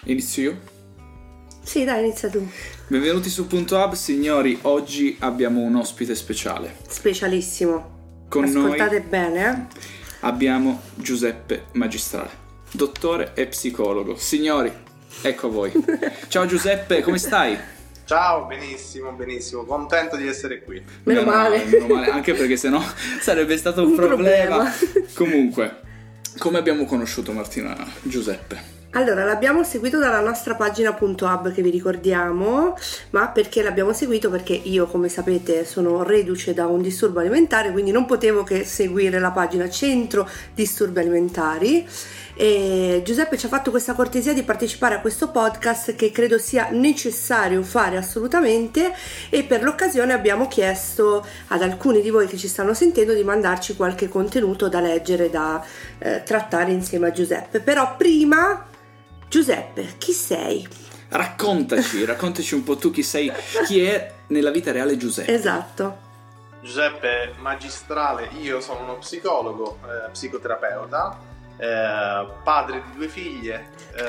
Inizio io? Sì, dai, inizia tu. Benvenuti su Punto Hub, signori. Oggi abbiamo un ospite speciale. Specialissimo. Con Ascoltate noi bene, abbiamo Giuseppe Magistrale, dottore e psicologo. Signori, ecco a voi. Ciao Giuseppe, come stai? Ciao, benissimo, contento di essere qui. Meno male, anche perché sennò sarebbe stato un problema. Comunque, come abbiamo conosciuto Martina Giuseppe? Allora, l'abbiamo seguito dalla nostra pagina Punto Hub, che vi ricordiamo, ma perché l'abbiamo seguito? Perché io, come sapete, sono reduce da un disturbo alimentare, quindi non potevo che seguire la pagina Centro Disturbi Alimentari. E Giuseppe ci ha fatto questa cortesia di partecipare a questo podcast, che credo sia necessario fare assolutamente, e per l'occasione abbiamo chiesto ad alcuni di voi che ci stanno sentendo di mandarci qualche contenuto da leggere, da trattare insieme a Giuseppe. Però prima, Giuseppe, chi sei? Raccontaci un po' tu chi sei, chi è nella vita reale Giuseppe. Esatto. Giuseppe Magistrale, io sono uno psicologo, psicoterapeuta, padre di 2 figlie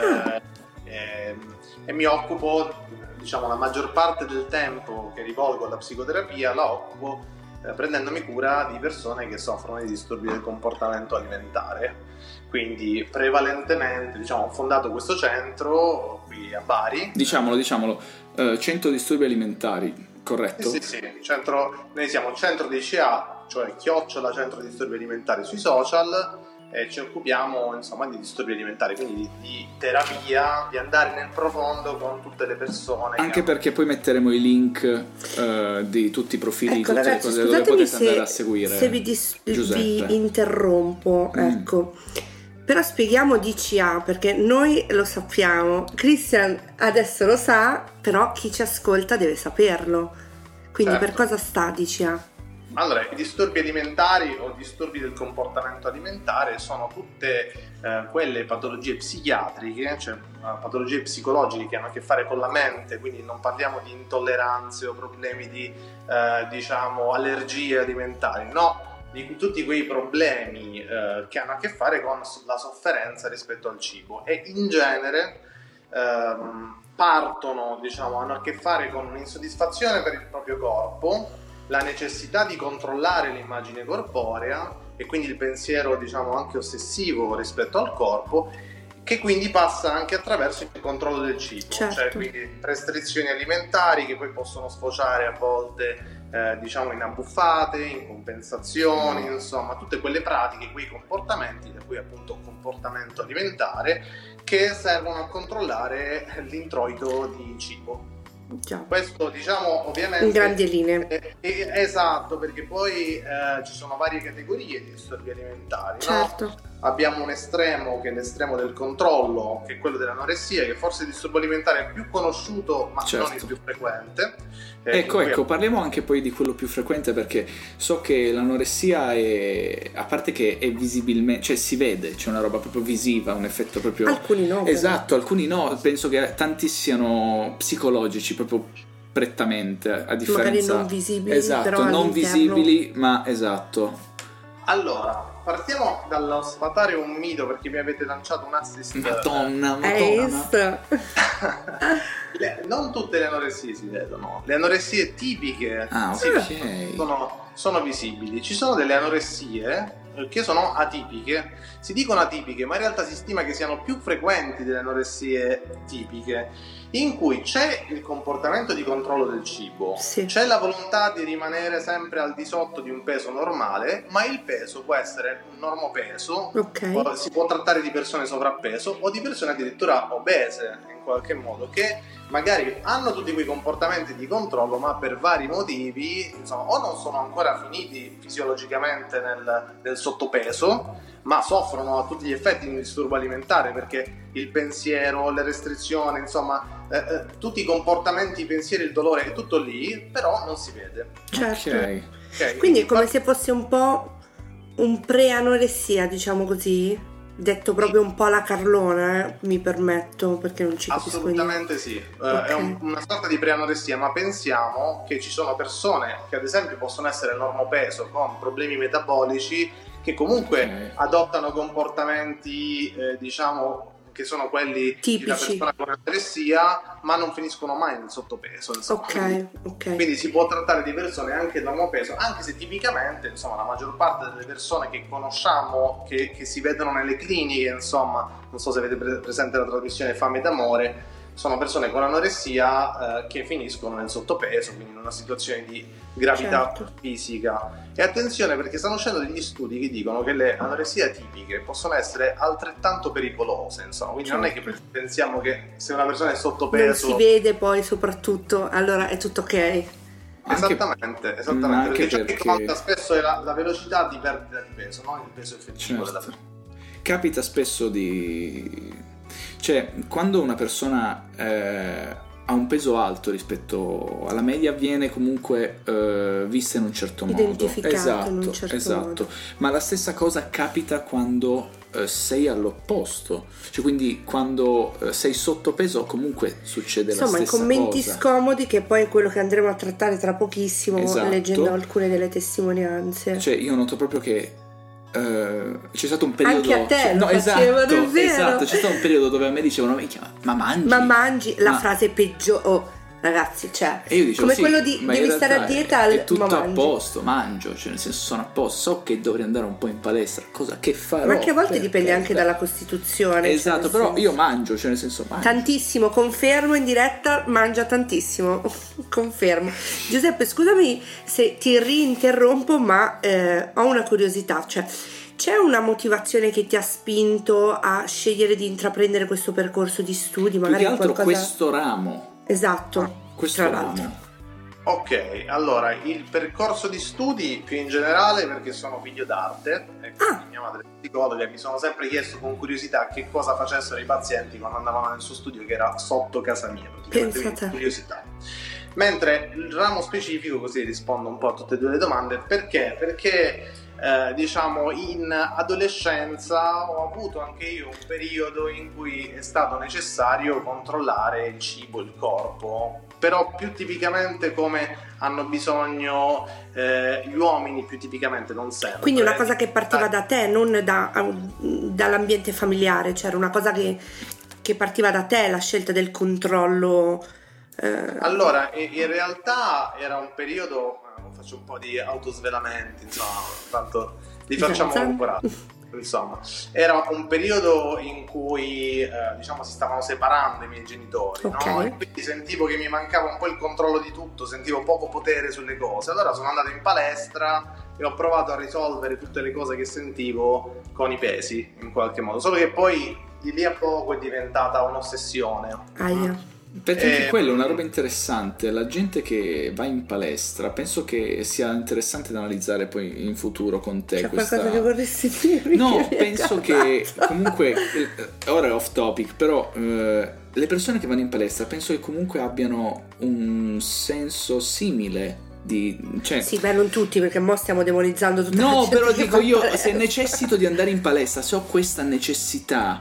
e mi occupo, diciamo, la maggior parte del tempo che rivolgo alla psicoterapia la occupo prendendomi cura di persone che soffrono di disturbi del comportamento alimentare. Quindi prevalentemente, diciamo, ho fondato questo centro qui a Bari. Diciamolo, Centro Disturbi Alimentari, corretto? Sì. Noi siamo centro di CA, cioè @ Centro Disturbi Alimentari sui social, e ci occupiamo, insomma, di disturbi alimentari, quindi di terapia, di andare nel profondo con tutte le persone. Anche perché poi metteremo i link di tutti i profili, ecco, tutte ragazzi, le cose dove potete andare a seguire. Se vi interrompo, ecco. Però spieghiamo DCA, perché noi lo sappiamo, Christian adesso lo sa, però chi ci ascolta deve saperlo. Quindi certo. Per cosa sta DCA? Allora, i disturbi alimentari o disturbi del comportamento alimentare sono tutte quelle patologie psichiatriche, cioè patologie psicologiche che hanno a che fare con la mente, quindi non parliamo di intolleranze o problemi di, diciamo, allergie alimentari, no, di tutti quei problemi che hanno a che fare con la sofferenza rispetto al cibo, e in genere partono, diciamo, hanno a che fare con un'insoddisfazione per il proprio corpo, la necessità di controllare l'immagine corporea e quindi il pensiero, diciamo, anche ossessivo rispetto al corpo, che quindi passa anche attraverso il controllo del cibo, certo. Cioè quindi restrizioni alimentari che poi possono sfociare a volte diciamo in abbuffate, in compensazioni, insomma tutte quelle pratiche, quei comportamenti, da cui appunto comportamento alimentare, che servono a controllare l'introito di cibo. Già. Questo, diciamo, ovviamente in grandi linee. Esatto, perché poi ci sono varie categorie di disturbi alimentari, certo. No? Abbiamo un estremo, che è l'estremo del controllo, che è quello dell'anoressia, che forse è il disturbo alimentare più conosciuto, ma certo. non il più frequente. Ecco, parliamo anche poi di quello più frequente, perché so che l'anoressia è, a parte che è visibilmente, cioè si vede, c'è una roba proprio visiva, un effetto proprio... Alcuni no. Esatto, alcuni no, penso che tanti siano psicologici, proprio prettamente, a differenza... Magari non visibili, esatto, però non all'interno... visibili, ma esatto. Allora, partiamo dallo sfatare un mito, perché mi avete lanciato un assist. Madonna. Non tutte le anoressie si vedono. Le anoressie tipiche sono visibili. Ci sono delle anoressie che sono atipiche. Si dicono atipiche, ma in realtà si stima che siano più frequenti delle anoressie tipiche, in cui c'è il comportamento di controllo del cibo, sì. C'è la volontà di rimanere sempre al di sotto di un peso normale, ma il peso può essere un normopeso, okay. Si può trattare di persone sovrappeso o di persone addirittura obese, in qualche modo, che magari hanno tutti quei comportamenti di controllo, ma per vari motivi, insomma, o non sono ancora finiti fisiologicamente nel sottopeso, ma soffrono a tutti gli effetti di un disturbo alimentare, perché il pensiero, le restrizioni, insomma, tutti i comportamenti, i pensieri, il dolore è tutto lì, però non si vede. Certo. Okay. Quindi è come se fosse un po' un pre-anoressia, diciamo così, detto proprio un po' alla Carlona, mi permetto, perché non ci capisco niente. Assolutamente sì, è una sorta di preanoressia, ma pensiamo che ci sono persone che ad esempio possono essere normopeso con problemi metabolici, che comunque adottano comportamenti diciamo che sono quelli tipici di una persona con anoressia, ma non finiscono mai nel sottopeso, insomma. Ok. Quindi si può trattare di persone anche da omopeso, anche se tipicamente, insomma, la maggior parte delle persone che conosciamo, che si vedono nelle cliniche, insomma, non so se avete presente la trasmissione Fame d'amore, sono persone con anoressia che finiscono nel sottopeso, quindi in una situazione di gravità fisica. E attenzione, perché stanno uscendo degli studi che dicono che le anoressie atipiche possono essere altrettanto pericolose, insomma, quindi non è che pensiamo che se una persona è sottopeso non si vede, poi soprattutto allora è tutto ok. Esattamente, perché ciò che conta spesso è la velocità di perdita di peso, non il peso effettivo della persona. Capita spesso cioè, quando una persona ha un peso alto rispetto alla media, viene comunque vista in un certo modo. Identificata in un certo modo. Ma la stessa cosa capita quando sei all'opposto. Cioè, quindi quando sei sottopeso comunque succede la stessa cosa. Insomma, i commenti scomodi, che poi è quello che andremo a trattare tra pochissimo, leggendo alcune delle testimonianze. Cioè, io noto proprio che c'è stato un periodo anche a te lo facevano, è vero. Esatto, c'è stato un periodo dove a me dicevano ma mangi la frase peggiore, ragazzi, cioè, e io dicevo, come sì, quello di devi stare a dieta, è tutto a posto, mangio, cioè nel senso sono a posto, so che dovrei andare un po' in palestra, cosa che farò, ma che a volte dipende anche dalla costituzione, esatto, cioè, però io mangio, cioè nel senso mangio tantissimo, confermo, in diretta mangia tantissimo confermo. Giuseppe, scusami se ti rinterrompo, ma ho una curiosità, cioè c'è una motivazione che ti ha spinto a scegliere di intraprendere questo percorso di studi, magari più che altro qualcosa... questo ramo. Esatto, questo tra ramo. l'altro. Ok, allora il percorso di studi più in generale, perché sono figlio d'arte e mia madre è psicologa, mi sono sempre chiesto con curiosità che cosa facessero i pazienti quando andavano nel suo studio, che era sotto casa mia, praticamente, curiosità. Mentre il ramo specifico, così rispondo un po' a tutte e due le domande, perché diciamo in adolescenza ho avuto anche io un periodo in cui è stato necessario controllare il cibo, il corpo, però più tipicamente come hanno bisogno gli uomini, più tipicamente, non sempre. Quindi una cosa che partiva da te, non dall'ambiente familiare, cioè era una cosa che partiva da te, la scelta del controllo. Allora, in realtà era un periodo, faccio un po' di autosvelamenti, insomma, tanto li facciamo ancora. Insomma, era un periodo in cui diciamo si stavano separando i miei genitori, no? E quindi sentivo che mi mancava un po' il controllo di tutto, sentivo poco potere sulle cose. Allora sono andato in palestra e ho provato a risolvere tutte le cose che sentivo con i pesi, in qualche modo, solo che poi di lì a poco è diventata un'ossessione. Perché anche quello è una roba interessante. La gente che va in palestra, penso che sia interessante da analizzare poi in futuro con te. C'è qualcosa che vorresti dire? No, penso che comunque ora è off topic, però le persone che vanno in palestra penso che comunque abbiano un senso simile cioè... Sì, beh, non tutti, perché mo stiamo demonizzando tutta la gente. No, però dico io, se necessito di andare in palestra, se ho questa necessità,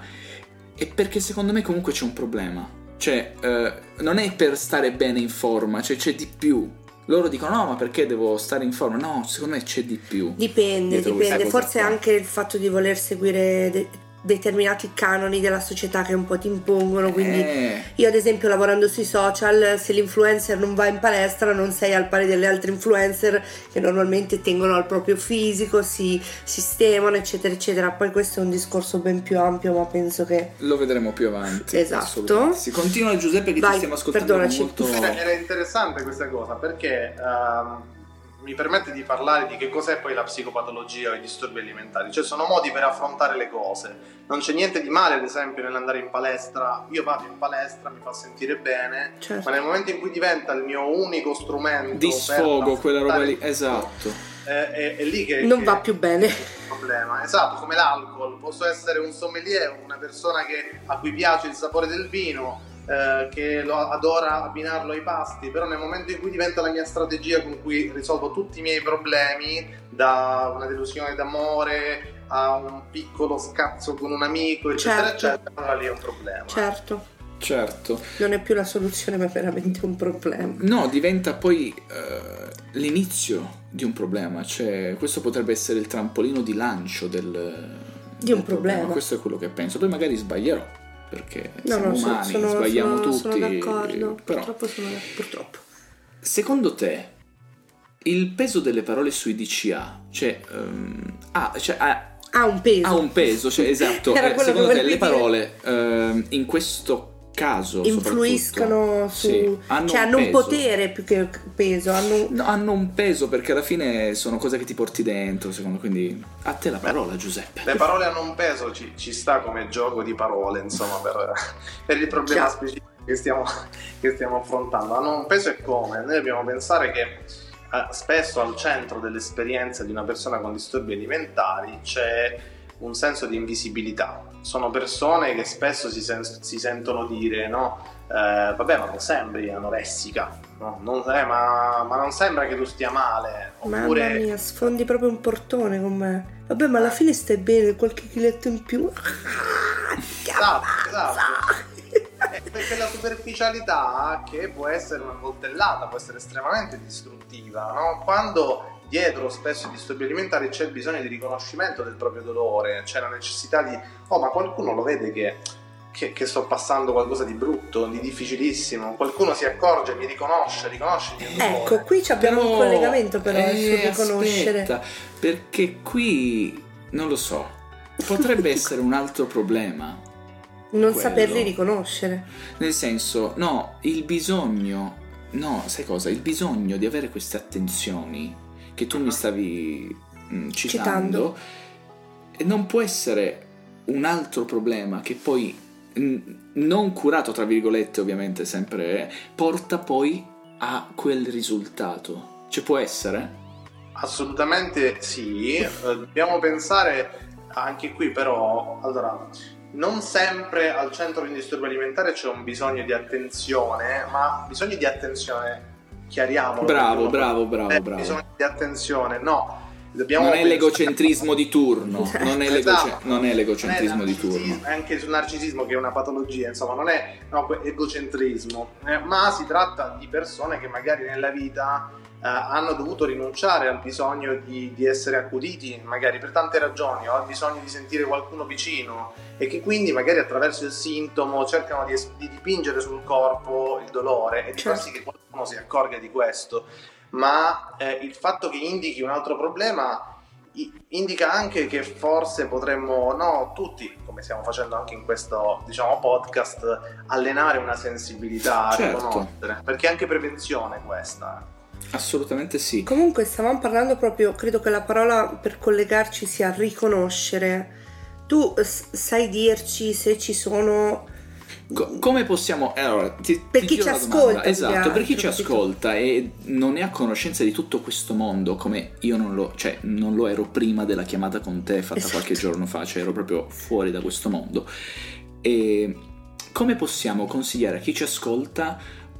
è perché secondo me comunque c'è un problema. Cioè, non è per stare bene in forma, cioè c'è di più. Loro dicono no, ma perché devo stare in forma? No, secondo me c'è di più. Dipende, forse anche il fatto di voler seguire determinati canoni della società che un po' ti impongono, quindi io ad esempio lavorando sui social, se l'influencer non va in palestra non sei al pari delle altre influencer che normalmente tengono al proprio fisico, si sistemano eccetera eccetera. Poi questo è un discorso ben più ampio, ma penso che lo vedremo più avanti. Esatto. Si continua, Giuseppe, che ti stiamo ascoltando molto. Era interessante questa cosa perché mi permette di parlare di che cos'è poi la psicopatologia o i disturbi alimentari. Cioè sono modi per affrontare le cose. Non c'è niente di male ad esempio nell'andare in palestra. Io vado in palestra, mi fa sentire bene, certo. Ma nel momento in cui diventa il mio unico strumento di sfogo, quella roba lì, esatto, è lì che non va più bene. Problema. Esatto, come l'alcol. Posso essere un sommelier, una persona a cui piace il sapore del vino, che adora abbinarlo ai pasti, però nel momento in cui diventa la mia strategia con cui risolvo tutti i miei problemi, da una delusione d'amore a un piccolo scazzo con un amico, eccetera, certo. eccetera, allora lì è un problema. Certo. Non è più la soluzione, ma è veramente un problema. No, diventa poi l'inizio di un problema, cioè questo potrebbe essere il trampolino di lancio di un problema. Questo è quello che penso, poi magari sbaglierò. perché No, siamo umani, sbagliamo tutti. Sono d'accordo, però, purtroppo. Secondo te il peso delle parole sui DCA, ha un peso. Ha un peso, cioè, esatto. Secondo te le parole in questo caso influiscono hanno un potere più che peso, hanno un peso, perché alla fine sono cose che ti porti dentro, secondo. Quindi a te la parola, Giuseppe. Le parole hanno un peso, ci sta come gioco di parole, insomma, per il problema specifico che stiamo affrontando. Hanno un peso, e come? Noi dobbiamo pensare che spesso al centro dell'esperienza di una persona con disturbi alimentari c'è un senso di invisibilità. Sono persone che spesso si sentono dire, no? Vabbè, ma non sembri anoressica, no? Ma non sembra che tu stia male. Oppure... Mamma mia, sfondi proprio un portone con me. Vabbè, ma alla fine stai bene, qualche chiletto in più. Esatto. Perché la superficialità, che può essere una coltellata, può essere estremamente distruttiva, no? Quando dietro spesso i disturbi alimentari c'è il bisogno di riconoscimento del proprio dolore, c'è la necessità di ma qualcuno lo vede che sto passando qualcosa di brutto, di difficilissimo, qualcuno si accorge, mi riconosce il mio dolore. Ecco, qui abbiamo un collegamento però sul riconoscere. Aspetta, perché qui non lo so, potrebbe essere un altro problema. Non saperli riconoscere. Nel senso, il bisogno di avere queste attenzioni che tu mi stavi citando, non può essere un altro problema che poi, non curato tra virgolette ovviamente sempre, porta poi a quel risultato. Ci può essere? Assolutamente sì. Dobbiamo pensare anche qui però, allora, non sempre al centro di un disturbo alimentare c'è un bisogno di attenzione, ma bisogno di attenzione, chiariamolo. Bravo. Bisogno di attenzione, no. Non è l'egocentrismo di turno, non è l'egocentrismo di turno. Anche sul narcisismo, che è una patologia, insomma, non è egocentrismo, ma si tratta di persone che magari nella vita hanno dovuto rinunciare al bisogno di essere accuditi, magari per tante ragioni, o al bisogno di sentire qualcuno vicino, e che quindi magari attraverso il sintomo cercano di dipingere sul corpo il dolore e di far sì che qualcuno si accorga di questo. Ma il fatto che indichi un altro problema indica anche che forse potremmo, tutti, come stiamo facendo anche in questo, podcast, allenare una sensibilità a riconoscere, perché è anche prevenzione questa. Assolutamente sì. Comunque stavamo parlando proprio, credo che la parola per collegarci sia riconoscere. Tu sai dirci se ci sono... Come possiamo... Allora, per chi ci ascolta. Esatto, per chi ci ascolta e non è a conoscenza di tutto questo mondo, come io non lo ero prima della chiamata con te fatta qualche giorno fa, ero proprio fuori da questo mondo. E come possiamo consigliare a chi ci ascolta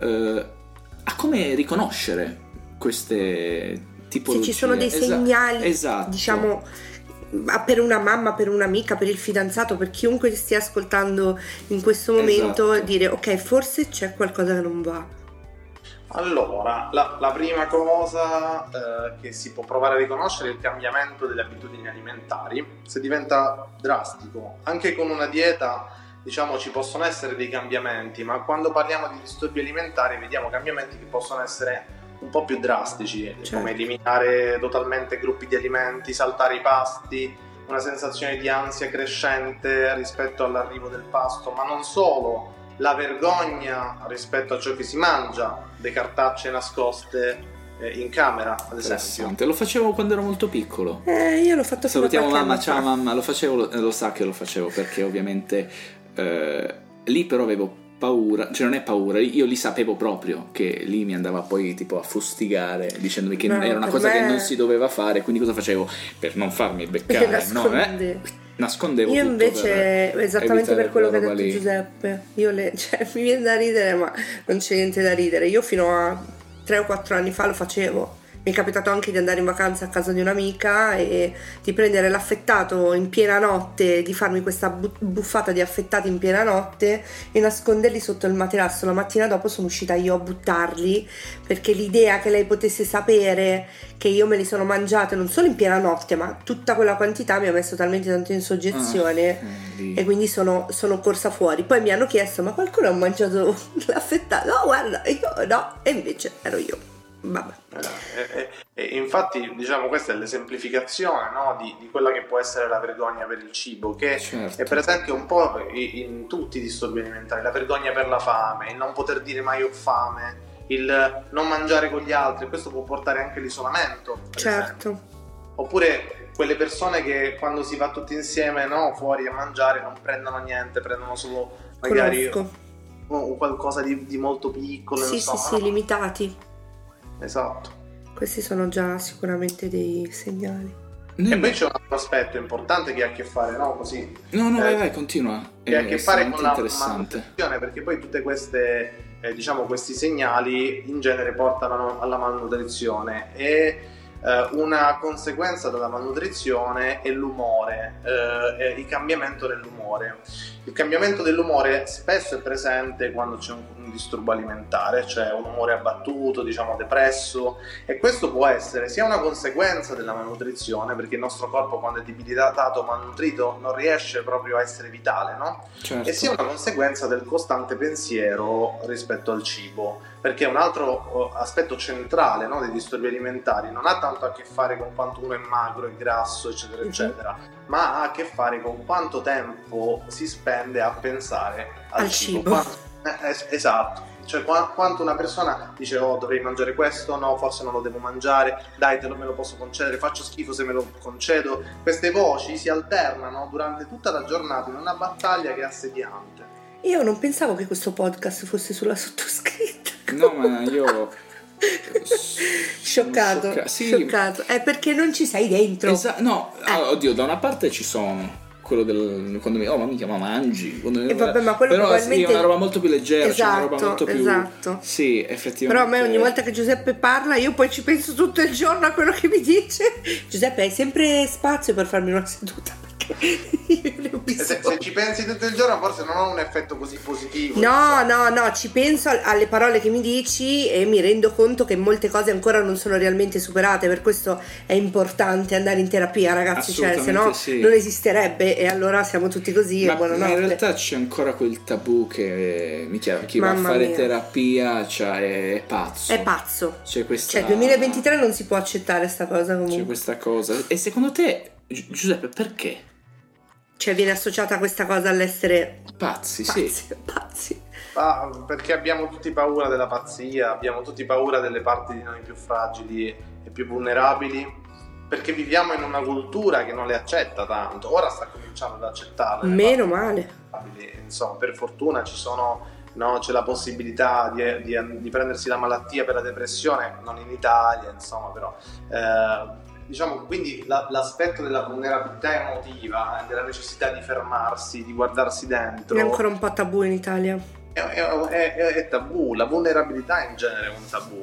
a come riconoscere queste tipologie? Se ci sono dei segnali, esatto. Diciamo, per una mamma, per un'amica, per il fidanzato, per chiunque ti stia ascoltando in questo momento, esatto. Dire ok, forse c'è qualcosa che non va. Allora, la prima cosa che si può provare a riconoscere è il cambiamento delle abitudini alimentari. Se diventa drastico, anche con una dieta, ci possono essere dei cambiamenti, ma quando parliamo di disturbi alimentari vediamo cambiamenti che possono essere un po' più drastici, come eliminare totalmente gruppi di alimenti, saltare i pasti, una sensazione di ansia crescente rispetto all'arrivo del pasto, ma non solo, la vergogna rispetto a ciò che si mangia, le cartacce nascoste in camera, ad esempio. Lo facevo quando ero molto piccolo. Io l'ho fatto. Salutiamo mamma, ciao mamma, lo facevo, lo sa che lo facevo, perché ovviamente lì però avevo paura, non è paura, io li sapevo proprio che lì mi andava poi tipo a fustigare dicendomi che era una cosa che non si doveva fare, quindi cosa facevo per non farmi beccare? Nascondevo io tutto. Invece esattamente per quello che ha detto Giuseppe, mi viene da ridere, ma non c'è niente da ridere. Io fino a 3 o 4 anni fa lo facevo, mi è capitato anche di andare in vacanza a casa di un'amica e di prendere l'affettato in piena notte, di farmi questa buffata di affettati in piena notte e nasconderli sotto il materasso. La mattina dopo sono uscita io a buttarli, perché l'idea che lei potesse sapere che io me li sono mangiate non solo in piena notte, ma tutta quella quantità mi ha messo talmente tanto in soggezione e quindi sono corsa fuori. Poi mi hanno chiesto: ma qualcuno ha mangiato l'affettato? No, guarda, io no, e invece ero io. Vabbè. Infatti, diciamo, questa è l'esemplificazione, no, di quella che può essere la vergogna per il cibo, che certo. è presente un po' in tutti i disturbi alimentari. La vergogna per la fame, il non poter dire mai ho fame, il non mangiare con gli altri. Questo può portare anche all'isolamento, certo. Oppure quelle persone che quando si va tutti insieme, no, fuori a mangiare, non prendono niente, prendono solo magari qualcosa di molto piccolo. Sì, insomma, sì, limitati. Esatto. Questi sono già sicuramente dei segnali. E poi c'è un altro aspetto importante che ha a che fare, no? Così. No, vai, continua. Che ha a che fare con la malnutrizione, perché poi tutte queste, diciamo, questi segnali in genere portano alla malnutrizione e una conseguenza della malnutrizione è l'umore, il cambiamento dell'umore. Il cambiamento dell'umore spesso è presente quando c'è un disturbo alimentare, cioè un umore abbattuto, diciamo depresso, e questo può essere sia una conseguenza della malnutrizione, perché il nostro corpo quando è debilitato, malnutrito, non riesce proprio a essere vitale, no? Certo. E sia una conseguenza del costante pensiero rispetto al cibo, perché un altro aspetto centrale, no, dei disturbi alimentari non ha tanto a che fare con quanto uno è magro e grasso, eccetera, eccetera, ma ha a che fare con quanto tempo si spende a pensare al cibo. Esatto, cioè quanto una persona dice: oh, dovrei mangiare questo, no, forse non lo devo mangiare, dai, me lo posso concedere, faccio schifo se me lo concedo. Queste voci si alternano durante tutta la giornata in una battaglia che è assediante. Io non pensavo che questo podcast fosse sulla sottoscritta. No, ma io scioccato. Sì. Scioccato. È perché non ci sei dentro. No, oddio, da una parte ci sono quello del quando mi ma mica, ma mangi, vabbè, ma quello però probabilmente sì, è una roba molto più leggera, esatto, cioè una roba molto più esatto. Sì, effettivamente. Però a me ogni volta che Giuseppe parla io poi ci penso tutto il giorno a quello che mi dice. Giuseppe, hai sempre spazio per farmi una seduta? Io ne ho bisogno. Se ci pensi tutto il giorno forse non ha un effetto così positivo. No, ci penso alle parole che mi dici e mi rendo conto che molte cose ancora non sono realmente superate, per questo è importante andare in terapia, ragazzi, cioè se no non esisterebbe e allora siamo tutti così. Ma in realtà c'è ancora quel tabù che chi va a fare terapia è pazzo. È pazzo. C'è questa... Cioè 2023 non si può accettare sta cosa comunque. C'è questa cosa. E secondo te, Giuseppe, perché? Cioè viene associata questa cosa all'essere pazzi. Perché abbiamo tutti paura della pazzia, abbiamo tutti paura delle parti di noi più fragili e più vulnerabili, perché viviamo in una cultura che non le accetta tanto. Ora sta cominciando ad accettarle. Meno male. Insomma, per fortuna c'è la possibilità di prendersi la malattia per la depressione, non in Italia, insomma, però diciamo, quindi l'aspetto della vulnerabilità emotiva, della necessità di fermarsi, di guardarsi dentro, è ancora un po' tabù in Italia. È tabù, la vulnerabilità in genere è un tabù.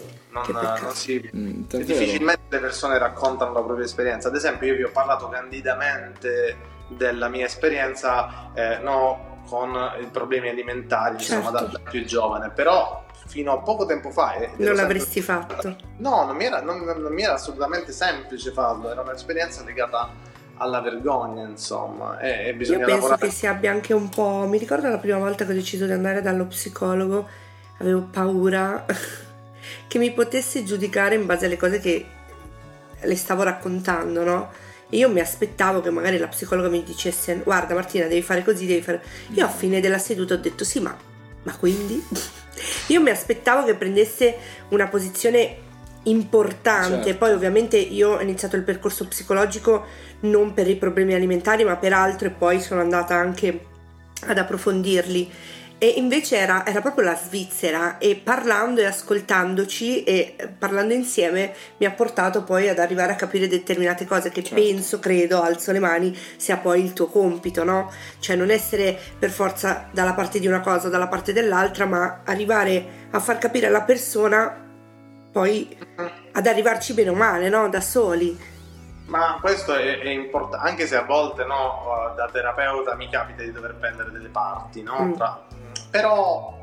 Difficilmente le persone raccontano la propria esperienza. Ad esempio, io vi ho parlato candidamente della mia esperienza con i problemi alimentari, insomma, da più giovane, però fino a poco tempo fa non l'avresti fatto. No, non mi era assolutamente semplice farlo, era un'esperienza legata alla vergogna, insomma, e bisogna Io penso lavorare. che si abbia anche un po', mi ricordo la prima volta che ho deciso di andare dallo psicologo, avevo paura che mi potesse giudicare in base alle cose che le stavo raccontando, no? E io mi aspettavo che magari la psicologa mi dicesse: guarda Martina, devi fare così, devi fare... Io a fine della seduta ho detto: sì, ma quindi? Io mi aspettavo che prendesse una posizione importante. Certo. Poi ovviamente io ho iniziato il percorso psicologico non per i problemi alimentari ma per altro, e poi sono andata anche ad approfondirli, e invece era proprio la Svizzera, e parlando e ascoltandoci e parlando insieme mi ha portato poi ad arrivare a capire determinate cose che credo, alzo le mani, sia poi il tuo compito, no? Cioè non essere per forza dalla parte di una cosa o dalla parte dell'altra, ma arrivare a far capire alla persona poi ad arrivarci bene o male, no? Da soli. Ma questo è importante, anche se a volte, no, da terapeuta mi capita di dover prendere delle parti, no? Però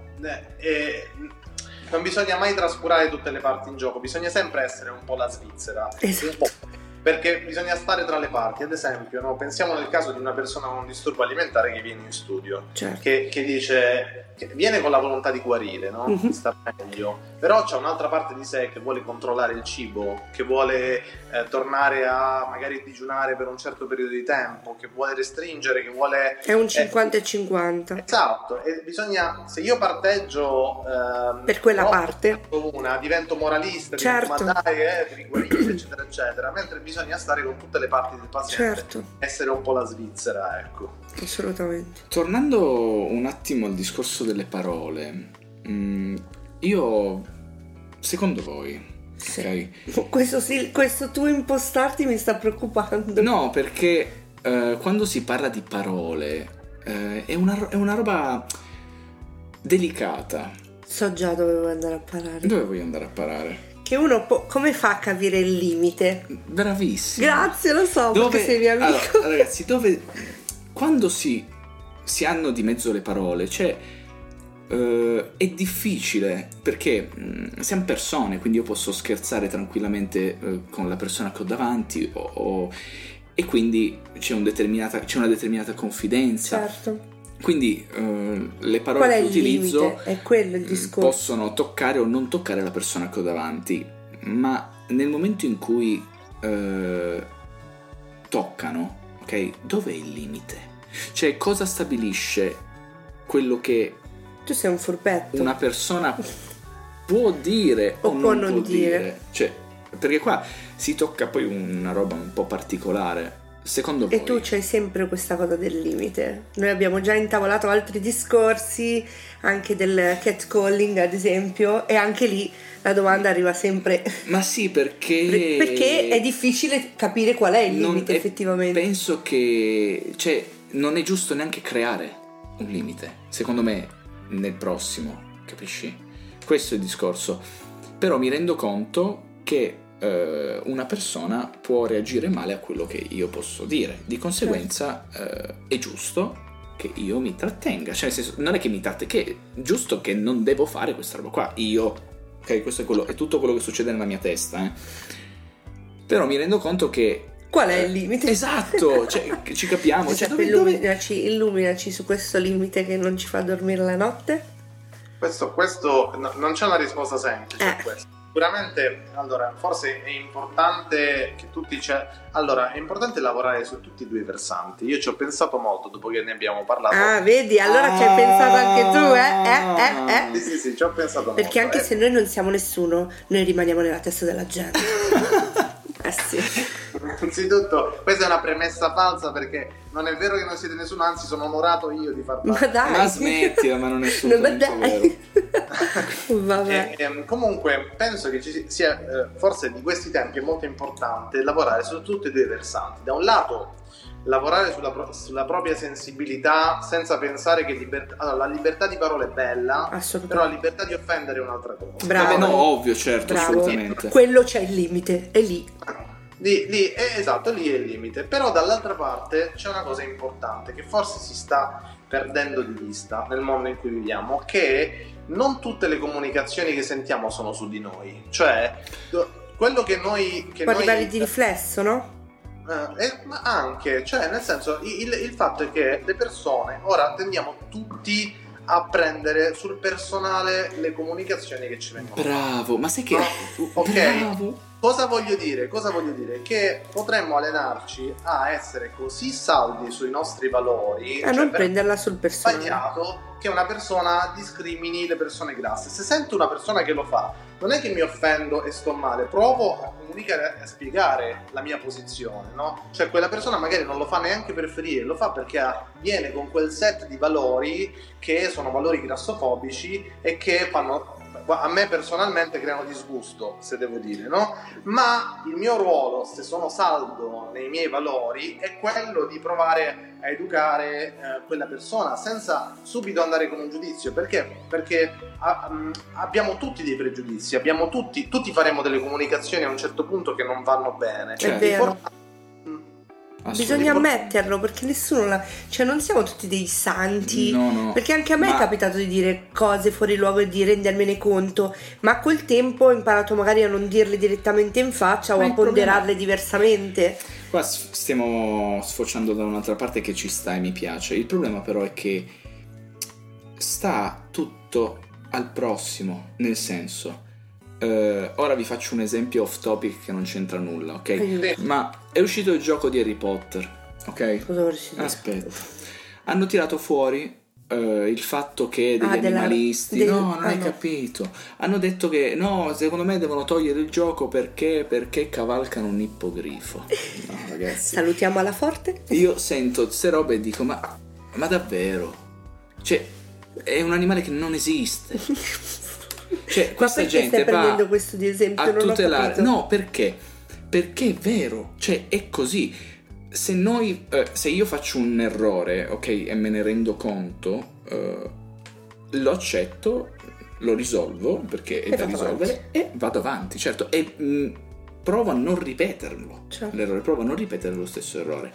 non bisogna mai trascurare tutte le parti in gioco, bisogna sempre essere un po' la Svizzera, Esatto. un po', perché bisogna stare tra le parti. Ad esempio, no, pensiamo nel caso di una persona con un disturbo alimentare che viene in studio, Certo. che dice, che viene con la volontà di guarire, no? Di star meglio, però c'è un'altra parte di sé che vuole controllare il cibo, che vuole tornare a magari digiunare per un certo periodo di tempo, che vuole restringere, che vuole... È un 50 e 50. Esatto, e bisogna, se io parteggio Per quella troppo parte. divento moralista, Certo. divento, ma dai, devi guarire, eccetera, eccetera, mentre bisogna stare con tutte le parti del paziente, Certo. essere un po' la Svizzera, ecco. Assolutamente. Tornando un attimo al discorso delle parole, io, secondo voi, Sì. ok? Questo tuo impostarti mi sta preoccupando. No, perché quando si parla di parole è una roba delicata. So già dove vuoi andare a parare. Dove voglio andare a parare? Che uno come fa a capire il limite? Bravissimo. Grazie, lo so, perché sei mio amico. Allora, ragazzi, quando si hanno di mezzo le parole, cioè è difficile, perché siamo persone, quindi io posso scherzare tranquillamente con la persona che ho davanti e quindi c'è una determinata confidenza. Certo. Quindi le Qual parole è che il utilizzo limite? È quello il discorso. possono toccare o non toccare la persona che ho davanti, ma nel momento in cui toccano, ok? Dov'è il limite? Cioè, cosa stabilisce quello che Tu sei un furbetto. una persona può dire O o può non non può dire. dire? Cioè, perché qua si tocca poi una roba un po' particolare. Secondo voi? E tu c'hai sempre questa cosa del limite. Noi abbiamo già intavolato altri discorsi, anche del catcalling ad esempio, e anche lì la domanda arriva sempre. Ma sì, perché è difficile capire qual è il limite effettivamente. Penso che non è giusto neanche creare un limite, secondo me, nel prossimo, capisci? Questo è il discorso. Però mi rendo conto che una persona può reagire male a quello che io posso dire, di conseguenza è giusto che io mi trattenga, cioè nel senso, non è che mi trattenga, che è giusto che non devo fare questa roba qua, ok, questo è tutto quello che succede nella mia testa, però mi rendo conto che qual è il limite? Esatto, cioè, ci capiamo, cioè, illuminaci su questo limite che non ci fa dormire la notte. Questo non c'è una risposta semplice a questo. Sicuramente, allora, forse è importante che è importante lavorare su tutti e due i versanti. Io ci ho pensato molto dopo che ne abbiamo parlato. Ah, vedi, allora ci hai pensato anche tu, Sì, ci ho pensato molto. Perché anche se noi non siamo nessuno, noi rimaniamo nella testa della gente. Sì. Innanzitutto, questa è una premessa falsa, perché non è vero che non siete nessuno, anzi sono onorato io di far parte. Ma dai, ma smettila, ma non è assolutamente vero. Vabbè. Comunque penso che ci sia forse di questi tempi è molto importante lavorare su tutti e due i versanti. Da un lato lavorare sulla propria sensibilità, senza pensare che la libertà di parola è bella, però la libertà di offendere è un'altra cosa. Bravo. Vabbè, no, ovvio, certo, Bravo. assolutamente. Quello c'è il limite, è lì. Esatto, lì è il limite. Però dall'altra parte c'è una cosa importante che forse si sta perdendo di vista nel mondo in cui viviamo, che non tutte le comunicazioni che sentiamo sono su di noi. Cioè, quello che noi... Può arrivare di riflesso, no? Ma anche, cioè nel senso, il fatto è che le persone ora tendiamo tutti a prendere sul personale le comunicazioni che ci vengono. Bravo, ma sai che... Ok, bravo. Cosa voglio dire? Che potremmo allenarci a essere così saldi sui nostri valori, a non prenderla sul personale. Sbagliato che una persona discrimini le persone grasse. Se sento una persona che lo fa, non è che mi offendo e sto male, provo a comunicare e a spiegare la mia posizione, no? Cioè quella persona magari non lo fa neanche per ferire, lo fa perché viene con quel set di valori che sono valori grassofobici e che fanno a me personalmente creano disgusto, se devo dire, no? Ma il mio ruolo, se sono saldo nei miei valori, è quello di provare a educare quella persona senza subito andare con un giudizio. Perché abbiamo tutti dei pregiudizi, abbiamo tutti faremo delle comunicazioni a un certo punto che non vanno bene. È vero. Bisogna ammetterlo, perché nessuno cioè non siamo tutti dei santi, no. Perché anche a me è capitato di dire cose fuori luogo e di rendermene conto, ma col tempo ho imparato magari a non dirle direttamente in faccia o a ponderarle diversamente. Qua stiamo sfociando da un'altra parte che ci sta e mi piace. Il problema però è che sta tutto al prossimo, nel senso, ora vi faccio un esempio off topic che non c'entra nulla, ok? Ma è uscito il gioco di Harry Potter, ok? Cosa vorresti dire? Aspetta, hanno tirato fuori il fatto che degli animalisti non hai capito, hanno detto che no, secondo me devono togliere il gioco perché cavalcano un ippogrifo. No, ragazzi, salutiamo alla forte. Io sento queste robe e dico ma davvero, cioè è un animale che non esiste. Cioè questa gente stai prendendo questo di esempio? a non tutelare. No, perché è vero, cioè è così. Se io faccio un errore, ok, e me ne rendo conto, lo accetto, lo risolvo perché è da risolvere e vado avanti, certo, e provo a non ripeterlo, certo. L'errore, provo a non ripetere lo stesso errore.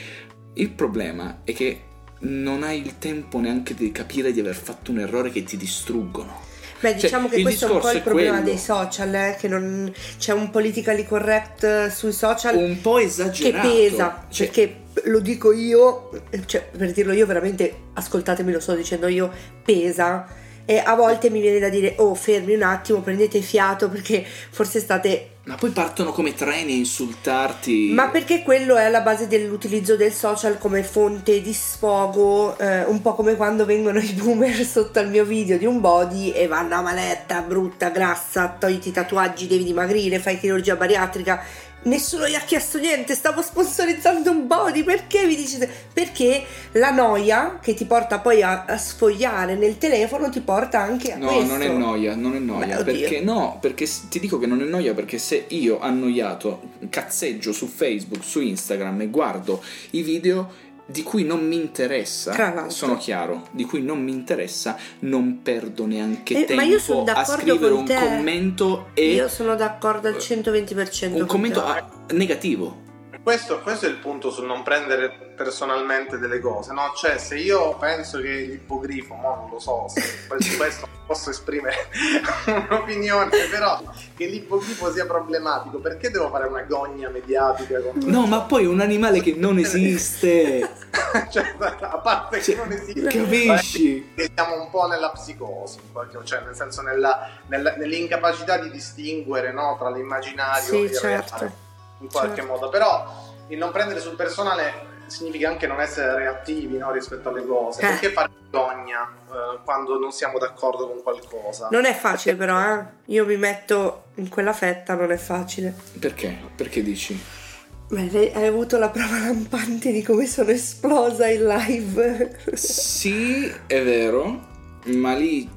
Il problema è che non hai il tempo neanche di capire di aver fatto un errore che ti distruggono. Beh, diciamo che questo è un po' il problema dei social, che non c'è un politically correct sui social un po' esagerato, che pesa, perché lo dico io, cioè per dirlo io veramente, ascoltatemi, lo sto dicendo io, pesa, e a volte mi viene da dire fermi un attimo, prendete fiato, perché forse state... Ma poi partono come treni a insultarti. Ma perché quello è alla base dell'utilizzo del social come fonte di sfogo, un po' come quando vengono i boomer sotto al mio video di un body e vanno a maletta, brutta, grassa, togliti i tatuaggi, devi dimagrire, fai chirurgia bariatrica. Nessuno gli ha chiesto niente, stavo sponsorizzando un body, perché vi dicete? Perché la noia che ti porta poi a sfogliare nel telefono ti porta anche a questo. No, non è noia. Beh, perché ti dico che non è noia, perché se io annoiato cazzeggio su Facebook, su Instagram e guardo i video di cui non mi interessa, sono chiaro, di cui non mi interessa, non perdo neanche tempo a scrivere un commento e io sono d'accordo al 120% un commento negativo. Questo è il punto sul non prendere personalmente delle cose, no? Cioè, se io penso che l'ippogrifo, non lo so, su questo non posso esprimere un'opinione, però che l'ippogrifo sia problematico, perché devo fare una gogna mediatica contro no, ma poi è un animale che non esiste. Cioè, a parte che non esiste, capisci? Siamo un po' nella psicosi, cioè nel senso nell'incapacità di distinguere, no, tra l'immaginario e il reale. In qualche modo, però il non prendere sul personale significa anche non essere reattivi, no, rispetto alle cose. Perché fare vergogna quando non siamo d'accordo con qualcosa? Non è facile, però io mi metto in quella fetta, non è facile. Perché? Perché dici? Beh, hai avuto la prova lampante di come sono esplosa in live. Sì, è vero, ma lì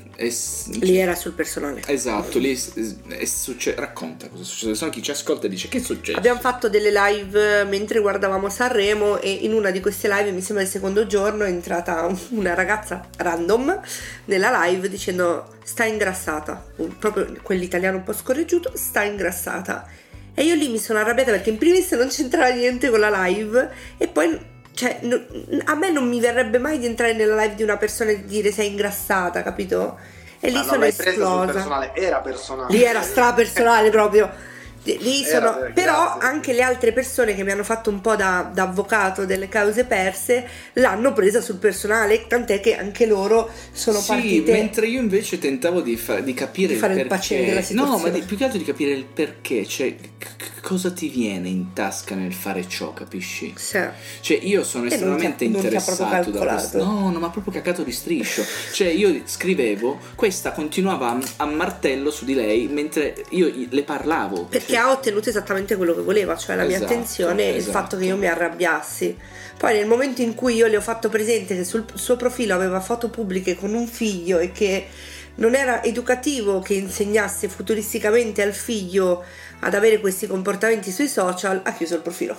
era sul personale. Esatto, lì è successo. Racconta cosa è successo, se no chi ci ascolta dice che è successo. Abbiamo fatto delle live mentre guardavamo Sanremo e in una di queste live, mi sembra il secondo giorno, è entrata una ragazza random nella live dicendo sta ingrassata, proprio quell'italiano un po' scorreggiuto, sta ingrassata. E io lì mi sono arrabbiata perché in primis non c'entrava niente con la live e poi cioè, a me non mi verrebbe mai di entrare nella live di una persona e dire sei ingrassata, capito? E lì sono esplosa. Era personale. Lì era strapersonale proprio. Lì sono, però anche le altre persone che mi hanno fatto un po' da avvocato delle cause perse l'hanno presa sul personale, tant'è che anche loro sono partite. Mentre io invece tentavo di capire di fare il perché. Il paciere della situazione. No, ma più che altro di capire il perché, cioè cosa ti viene in tasca nel fare ciò, capisci? Sì. Cioè io sono estremamente interessato da questo. No, ma proprio cacato di striscio. Cioè io scrivevo, questa continuava a martello su di lei mentre io le parlavo. Perché ha ottenuto esattamente quello che voleva, cioè la mia attenzione e il fatto che io mi arrabbiassi. Poi nel momento in cui io le ho fatto presente che sul suo profilo aveva foto pubbliche con un figlio e che non era educativo che insegnasse futuristicamente al figlio ad avere questi comportamenti sui social, ha chiuso il profilo.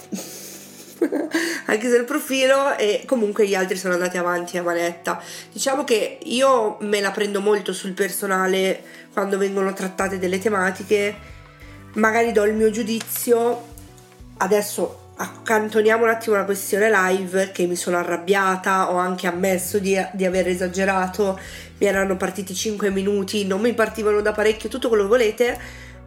Ha chiuso il profilo e comunque gli altri sono andati avanti a manetta. Diciamo che io me la prendo molto sul personale quando vengono trattate delle tematiche, magari do il mio giudizio. Adesso accantoniamo un attimo la questione live, che mi sono arrabbiata, ho anche ammesso di aver esagerato, mi erano partiti 5 minuti, non mi partivano da parecchio, tutto quello che volete,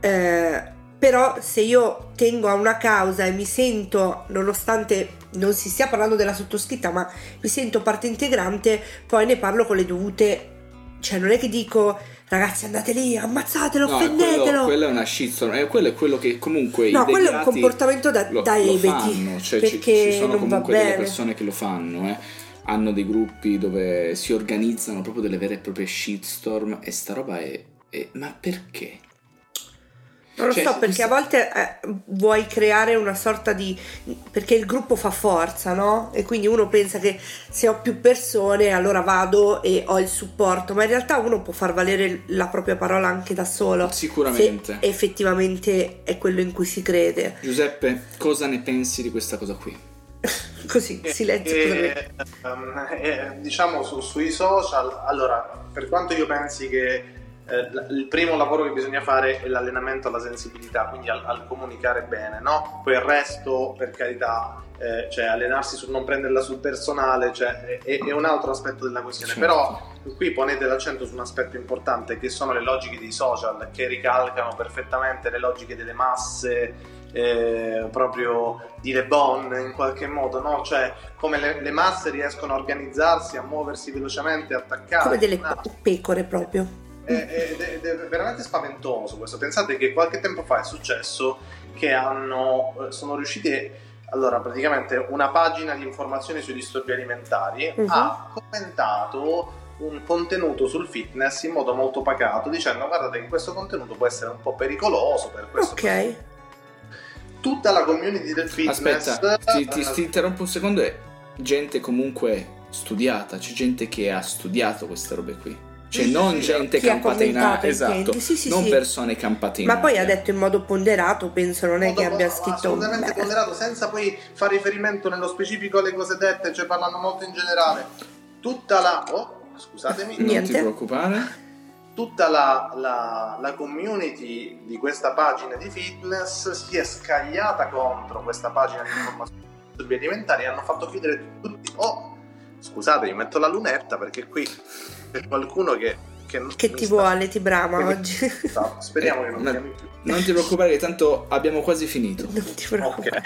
però se io tengo a una causa e mi sento, nonostante non si stia parlando della sottoscritta, ma mi sento parte integrante, poi ne parlo con le dovute, cioè non è che dico ragazzi andate lì, ammazzatelo, offendetelo. Quello è una shitstorm, quello è quello che comunque no, quello è un comportamento da ebeti, cioè, perché ci sono non comunque va delle bene. persone che lo fanno, hanno dei gruppi dove si organizzano proprio delle vere e proprie shitstorm, e sta roba è ma perché? Non lo so, perché a volte vuoi creare una sorta di... perché il gruppo fa forza, no? E quindi uno pensa che se ho più persone allora vado e ho il supporto, ma in realtà uno può far valere la propria parola anche da solo. Sicuramente. Se effettivamente è quello in cui si crede. Giuseppe, cosa ne pensi di questa cosa qui? Così, silenzio. Diciamo sui social, allora, per quanto io pensi che il primo lavoro che bisogna fare è l'allenamento alla sensibilità, quindi al comunicare bene, no? Poi il resto, per carità, cioè allenarsi sul non prenderla sul personale, cioè è un altro aspetto della questione. Certo. Però qui ponete l'accento su un aspetto importante, che sono le logiche dei social, che ricalcano perfettamente le logiche delle masse, proprio di Le Bon in qualche modo, no? Cioè come le masse riescono a organizzarsi, a muoversi velocemente, a attaccare come delle pecore proprio. È veramente spaventoso questo. Pensate che qualche tempo fa è successo che sono riusciti, allora praticamente una pagina di informazioni sui disturbi alimentari ha commentato un contenuto sul fitness in modo molto pacato, dicendo guardate che questo contenuto può essere un po' pericoloso per questo. Ok. Tutta la community del fitness... Aspetta, ti interrompo un secondo. È gente comunque studiata, c'è gente che ha studiato queste robe qui. Cioè non gente campata in aria, esatto, non persone campate in aria. Ma poi ha detto in modo ponderato, penso, non è che abbia scritto assolutamente ponderato, senza poi fare riferimento nello specifico alle cose dette, cioè parlando molto in generale. Tutta la... scusatemi. Non ti preoccupare. Tutta la community di questa pagina di fitness si è scagliata contro questa pagina di informazioni sugli alimentari e hanno fatto chiudere tutti. Scusate, mi metto la lunetta perché qui c'è qualcuno che ti vuole, ti brama oggi. Speriamo che non chiami più. Non ti preoccupare che tanto abbiamo quasi finito. Non ti preoccupare.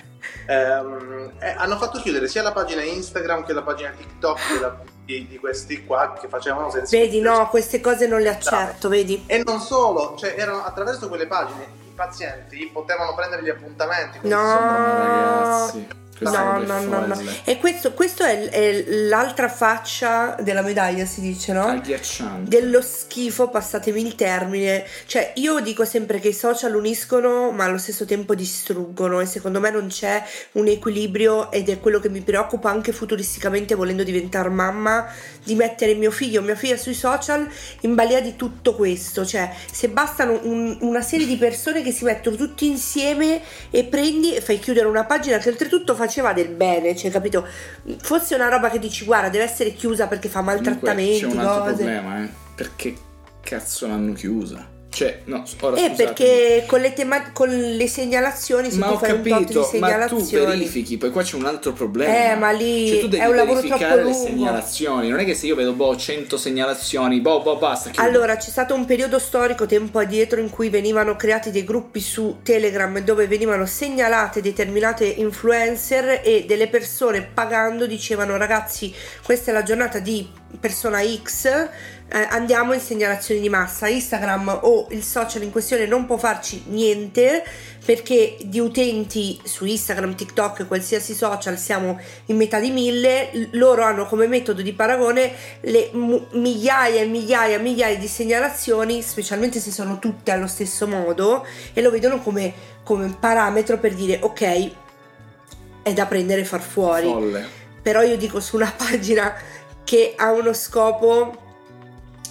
Hanno fatto chiudere sia la pagina Instagram che la pagina TikTok di questi qua che facevano sensibilità. Vedi, no, queste cose non le accetto, vedi? E non solo, cioè erano attraverso quelle pagine i pazienti potevano prendere gli appuntamenti. No, ragazzi. No. E questo è l'altra faccia della medaglia, si dice, no? Agghiacciante. Dello schifo, passatemi il termine. Cioè, io dico sempre che i social uniscono, ma allo stesso tempo distruggono, e secondo me non c'è un equilibrio, ed è quello che mi preoccupa anche futuristicamente, volendo diventare mamma, di mettere mia figlia sui social in balia di tutto questo. Cioè, se bastano una serie di persone che si mettono tutti insieme e prendi e fai chiudere una pagina che oltretutto faceva del bene, cioè, capito? Fosse una roba che dici guarda deve essere chiusa perché fa maltrattamenti, c'è un altro cose. problema, perché cazzo l'hanno chiusa? Cioè, no, ora scusatemi. Perché con le segnalazioni, se tu fai un tot di segnalazioni, ma tu verifichi, poi qua c'è un altro problema. Ma lì cioè, tu devi è un lavoro troppo verificare le lungo. segnalazioni. Non è che se io vedo 100 segnalazioni, basta. Chiudo. Allora, c'è stato un periodo storico tempo addietro in cui venivano creati dei gruppi su Telegram dove venivano segnalate determinate influencer, e delle persone pagando dicevano ragazzi questa è la giornata di persona X, andiamo in segnalazioni di massa. Instagram o il social in questione non può farci niente perché di utenti su Instagram, TikTok, qualsiasi social siamo in metà di 1000. Loro hanno come metodo di paragone le migliaia e migliaia di segnalazioni, specialmente se sono tutte allo stesso modo, e lo vedono come parametro per dire ok, è da prendere e far fuori. Folle. Però io dico, su una pagina che ha uno scopo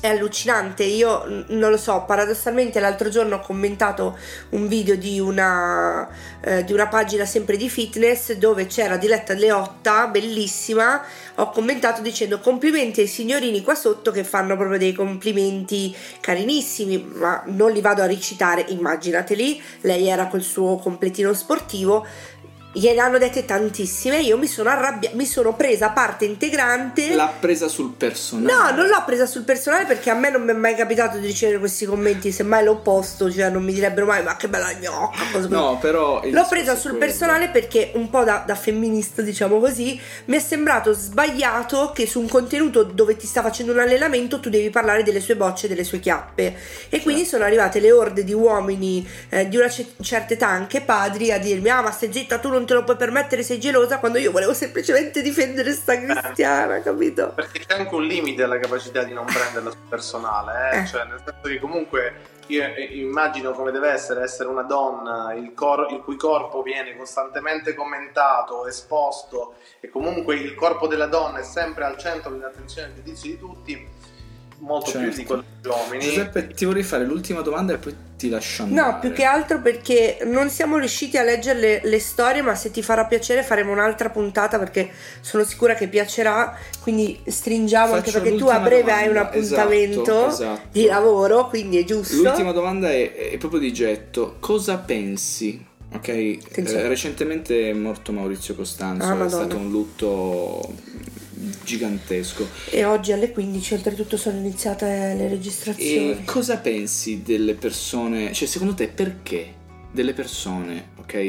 è allucinante. Io non lo so, paradossalmente l'altro giorno ho commentato un video di una pagina sempre di fitness dove c'era Diletta Leotta, bellissima. Ho commentato dicendo complimenti ai signorini qua sotto che fanno proprio dei complimenti carinissimi, ma non li vado a recitare, immaginateli. Lei era col suo completino sportivo, gliene hanno dette tantissime, io mi sono arrabbiata, mi sono presa parte integrante. L'ha presa sul personale? No, non l'ho presa sul personale, perché a me non mi è mai capitato di ricevere questi commenti, semmai l'opposto, cioè non mi direbbero mai ma che bella gnocca, cosa no, però l'ho presa sul personale perché un po' da femminista, diciamo così, mi è sembrato sbagliato che su un contenuto dove ti sta facendo un allenamento tu devi parlare delle sue bocce, delle sue chiappe, e quindi sono arrivate le orde di uomini di una certa età, anche padri, a dirmi ma stai zitta, tu non te lo puoi permettere, sei gelosa, quando io volevo semplicemente difendere sta cristiana, capito? Perché c'è anche un limite alla capacità di non prenderla sul personale, cioè nel senso che comunque io immagino come deve essere una donna il cui corpo viene costantemente commentato, esposto, e comunque il corpo della donna è sempre al centro dell'attenzione e del giudizio di tutti, molto più di quello degli uomini. Giuseppe, ti vorrei fare l'ultima domanda e poi ti lascio andare. No, più che altro perché non siamo riusciti a leggere le storie, ma se ti farà piacere faremo un'altra puntata, perché sono sicura che piacerà, quindi stringiamo. Faccio, anche perché tu a breve domanda. Hai un appuntamento esatto. di lavoro, quindi è giusto. L'ultima domanda è proprio di getto: cosa pensi? Ok, recentemente è morto Maurizio Costanzo, è stato un lutto gigantesco, e oggi alle 15 oltretutto sono iniziate le registrazioni. E cosa pensi delle persone, cioè secondo te perché delle persone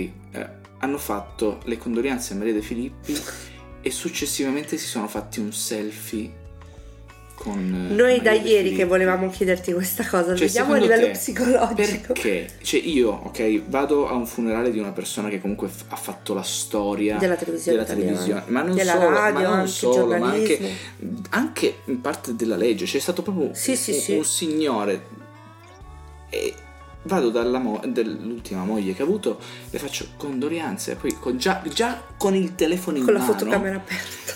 hanno fatto le condoglianze a Maria De Filippi e successivamente si sono fatti un selfie con noi da ieri che volevamo chiederti questa cosa, cioè, vediamo a livello psicologico perché, cioè io vado a un funerale di una persona che comunque ha fatto la storia della televisione, ma non della solo, radio, ma non solo, ma giornalismo, anche in parte della legge, c'è stato proprio un signore, e vado dall'ultima moglie che ha avuto, le faccio condoglianze, poi già con il telefono in con mano, la fotocamera aperta,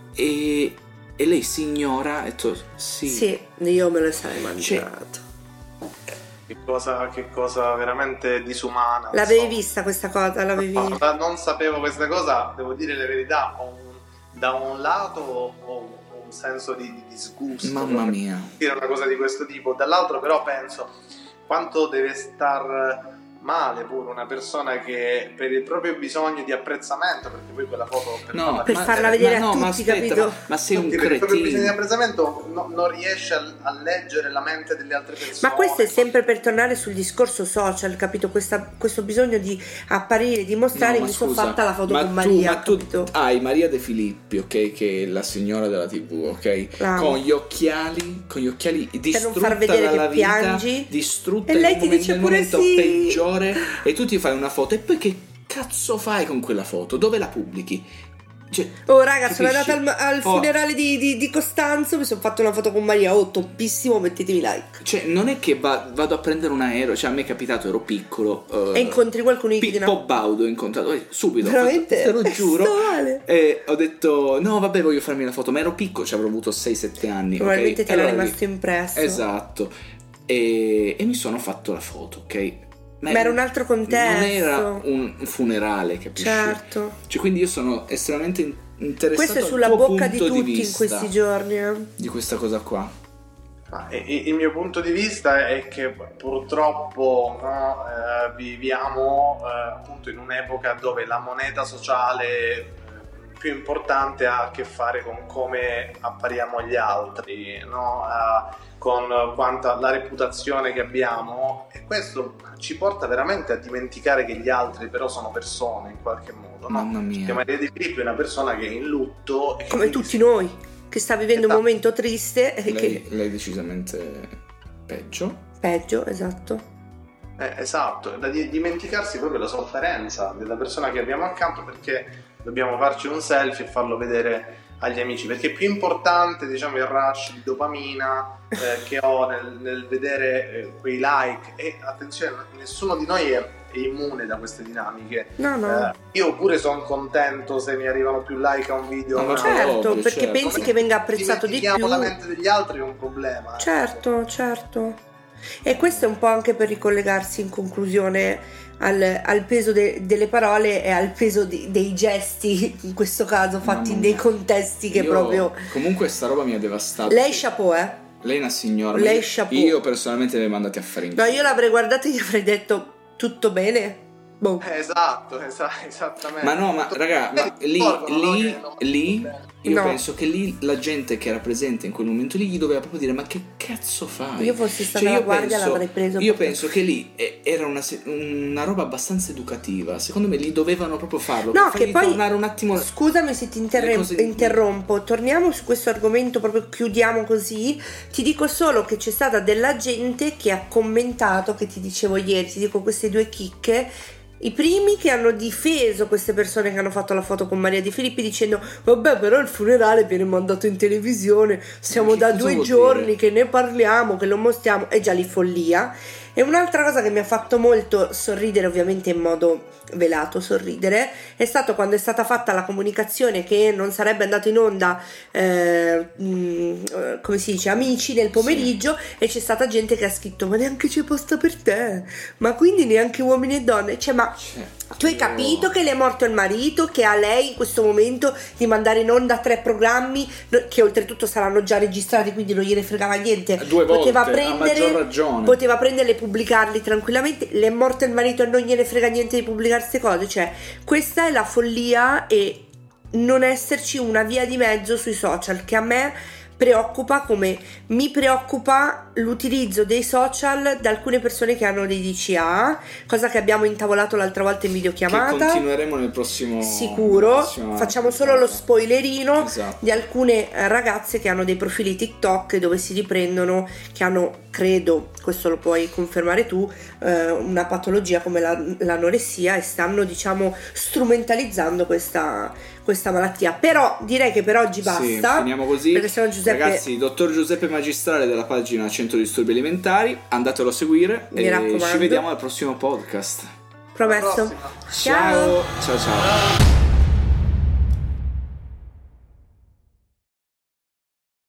e lei si ignora, ha detto sì, io me lo sarei mangiato. Che cosa veramente disumana. L'avevi vista questa cosa? Non sapevo questa cosa, devo dire la verità. Da un lato ho un senso di disgusto, mamma mia, dire una cosa di questo tipo, dall'altro però penso quanto deve star male pure una persona che per il proprio bisogno di apprezzamento, perché poi quella foto per farla vedere a tutti, capito? Ma sei un cretino. Per il proprio bisogno di apprezzamento non riesce a leggere la mente delle altre persone. Ma questo è sempre per tornare sul discorso social, capito? Questo bisogno di apparire, di mostrare, mi sono fatta la foto con Maria. Ma tu hai Maria De Filippi, ok, che è la signora della TV, ok, con gli occhiali distrutta, per non far vedere dalla vita, piangi, distrutta, e lei ti dice nel pure momento peggiore, e tu ti fai una foto, e poi che cazzo fai con quella foto? Dove la pubblichi? Cioè, raga, sono andata al funerale di Costanzo, mi sono fatto una foto con Maria, toppissimo, mettetemi like. Cioè non è che vado a prendere un aereo, cioè a me è capitato, ero piccolo, e incontri qualcuno Pippo Baudo ho incontrato subito, veramente? Te lo giuro, e ho detto no vabbè, voglio farmi la foto, ma ero piccolo, cioè avrò avuto 6-7 anni, probabilmente ti era rimasto impresso. Esatto, e mi sono fatto la foto, ok? Ma era un altro contesto, non era un funerale, capisci? Certo. Cioè, quindi io sono estremamente interessato. Questo è sulla bocca di tutti in questi giorni, di questa cosa qua. Il mio punto di vista è che purtroppo viviamo appunto in un'epoca dove la moneta sociale più importante ha a che fare con come appariamo agli altri, no? Con quanta la reputazione che abbiamo, e questo ci porta veramente a dimenticare che gli altri però sono persone in qualche modo, no? Mamma mia. Che Maria Di Filippi è una persona che è in lutto, e come tutti noi, che sta vivendo un momento triste, lei decisamente peggio, esatto. Esatto, da dimenticarsi proprio la sofferenza della persona che abbiamo accanto, perché dobbiamo farci un selfie e farlo vedere agli amici, perché è più importante, diciamo, il rush di dopamina che ho nel vedere quei like. E attenzione, nessuno di noi è immune da queste dinamiche. No. Io pure sono contento se mi arrivano più like a un video. Ma certo, ovvio, perché certo. pensi che venga apprezzato di più. La mente degli altri è un problema. Certo. E questo è un po' anche per ricollegarsi in conclusione al peso delle parole e al peso dei gesti, in questo caso fatti in dei contesti che proprio... Comunque sta roba mi ha devastato. Lei chapeau, Lei è una signora. Lei chapeau. Io personalmente le mandati a fare in No, io l'avrei guardato e gli avrei detto tutto bene? Boh. Esatto, esattamente. Ma no, ma raga, lì io No. penso che lì la gente che era presente in quel momento lì gli doveva proprio dire: ma che cazzo fai? Io fossi stata la guardia l'avrei preso. Io penso che lì era una roba abbastanza educativa. Secondo me lì dovevano proprio farlo. No, per che fargli poi tornare un attimo. Scusami se ti interrompo. Torniamo su questo argomento, proprio chiudiamo così. Ti dico solo che c'è stata della gente che ha commentato, che ti dicevo ieri, ti dico queste due chicche. I primi che hanno difeso queste persone che hanno fatto la foto con Maria Di Filippi dicendo: vabbè, però il funerale viene mandato in televisione, siamo da 2 giorni che ne parliamo, che lo mostriamo, è già lì follia. E un'altra cosa che mi ha fatto molto sorridere, ovviamente in modo velato sorridere, è stato quando è stata fatta la comunicazione che non sarebbe andato in onda come si dice, Amici nel pomeriggio, e c'è stata gente che ha scritto: ma neanche c'è posto per te, ma quindi neanche uomini e donne, cioè, ma tu hai capito che le è morto il marito, che a lei in questo momento di mandare in onda 3 programmi che oltretutto saranno già registrati, quindi non gliene fregava niente, 2 volte, poteva a maggior ragione. poteva prenderle e pubblicarli tranquillamente. Le è morto il marito e non gliene frega niente di pubblicare queste cose. Cioè, questa è la follia, e non esserci una via di mezzo sui social, che a me preoccupa, come mi preoccupa l'utilizzo dei social da alcune persone che hanno dei DCA, cosa che abbiamo intavolato l'altra volta in videochiamata, che continueremo nel prossimo sicuro. Facciamo solo lo spoilerino. Esatto. Di alcune ragazze che hanno dei profili TikTok dove si riprendono, che hanno, credo, questo lo puoi confermare tu, una patologia come l'anoressia, e stanno, diciamo, strumentalizzando questa malattia. Però direi che per oggi basta. Sì, finiamo così. Perché sennò Giuseppe... Ragazzi, dottor Giuseppe Magistrale della pagina 100 disturbi alimentari, andatelo a seguire. Mi e raccomando. ci vediamo al prossimo podcast. Promesso. Alla prossima. Ciao. Ciao.